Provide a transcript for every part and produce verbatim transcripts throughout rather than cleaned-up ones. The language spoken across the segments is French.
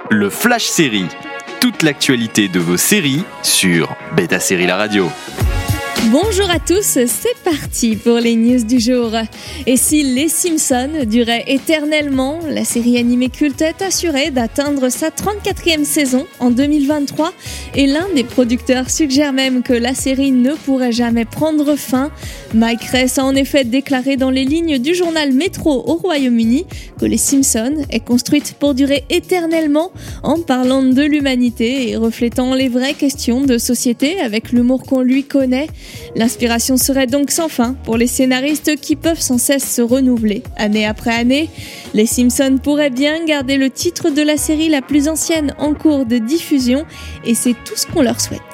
Le Flash Série. Toute l'actualité de vos séries sur Beta Série La Radio. Bonjour à tous, c'est parti pour les news du jour. Et si Les Simpsons duraient éternellement, la série animée culte est assurée d'atteindre sa trente-quatrième saison en deux mille vingt-trois et l'un des producteurs suggère même que la série ne pourrait jamais prendre fin. Mike Reiss a en effet déclaré dans les lignes du journal Metro au Royaume-Uni que Les Simpsons est construite pour durer éternellement en parlant de l'humanité et reflétant les vraies questions de société avec l'humour qu'on lui connaît. L'inspiration serait donc sans fin pour les scénaristes qui peuvent sans cesse se renouveler. Année après année, les Simpsons pourraient bien garder le titre de la série la plus ancienne en cours de diffusion et c'est tout ce qu'on leur souhaite.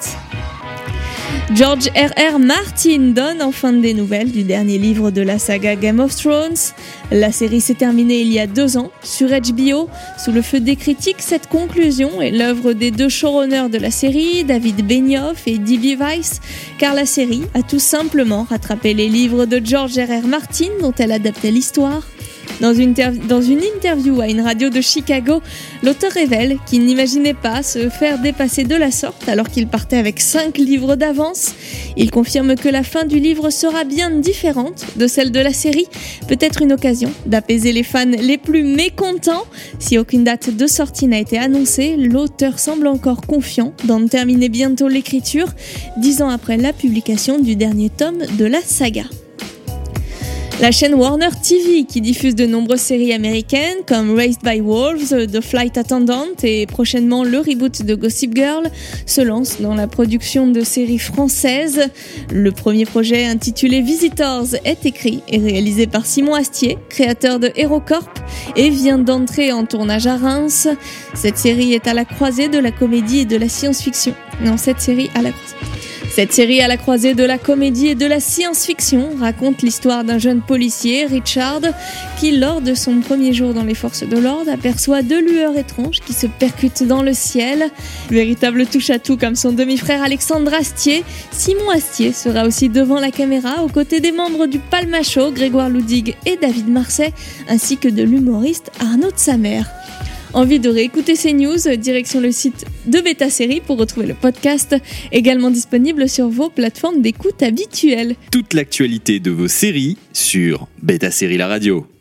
George R R. Martin donne enfin des nouvelles du dernier livre de la saga Game of Thrones. La série s'est terminée il y a deux ans sur H B O. Sous le feu des critiques, cette conclusion est l'œuvre des deux showrunners de la série, David Benioff et D B Weiss, car la série a tout simplement rattrapé les livres de George R R. Martin dont elle adaptait l'histoire. Dans une, interv- dans une interview à une radio de Chicago, l'auteur révèle qu'il n'imaginait pas se faire dépasser de la sorte alors qu'il partait avec cinq livres d'avance. Il confirme que la fin du livre sera bien différente de celle de la série, peut-être une occasion d'apaiser les fans les plus mécontents. Si aucune date de sortie n'a été annoncée, l'auteur semble encore confiant d'en terminer bientôt l'écriture, dix ans après la publication du dernier tome de la saga. La chaîne Warner T V, qui diffuse de nombreuses séries américaines comme Raised by Wolves, The Flight Attendant et prochainement le reboot de Gossip Girl, se lance dans la production de séries françaises. Le premier projet, intitulé Visitors, est écrit et réalisé par Simon Astier, créateur de HeroCorp, et vient d'entrer en tournage à Reims. Cette série est à la croisée de la comédie et de la science-fiction. Non, cette série à la croisée. Cette série à la croisée de la comédie et de la science-fiction raconte l'histoire d'un jeune policier, Richard, qui lors de son premier jour dans les forces de l'ordre aperçoit deux lueurs étranges qui se percutent dans le ciel. Véritable touche-à-tout comme son demi-frère Alexandre Astier, Simon Astier sera aussi devant la caméra aux côtés des membres du Palma Show, Grégoire Loudig et David Marseille, ainsi que de l'humoriste Arnaud de Samer. Envie de réécouter ces news, direction le site de Beta Série pour retrouver le podcast, également disponible sur vos plateformes d'écoute habituelles. Toute l'actualité de vos séries sur Beta Série La Radio.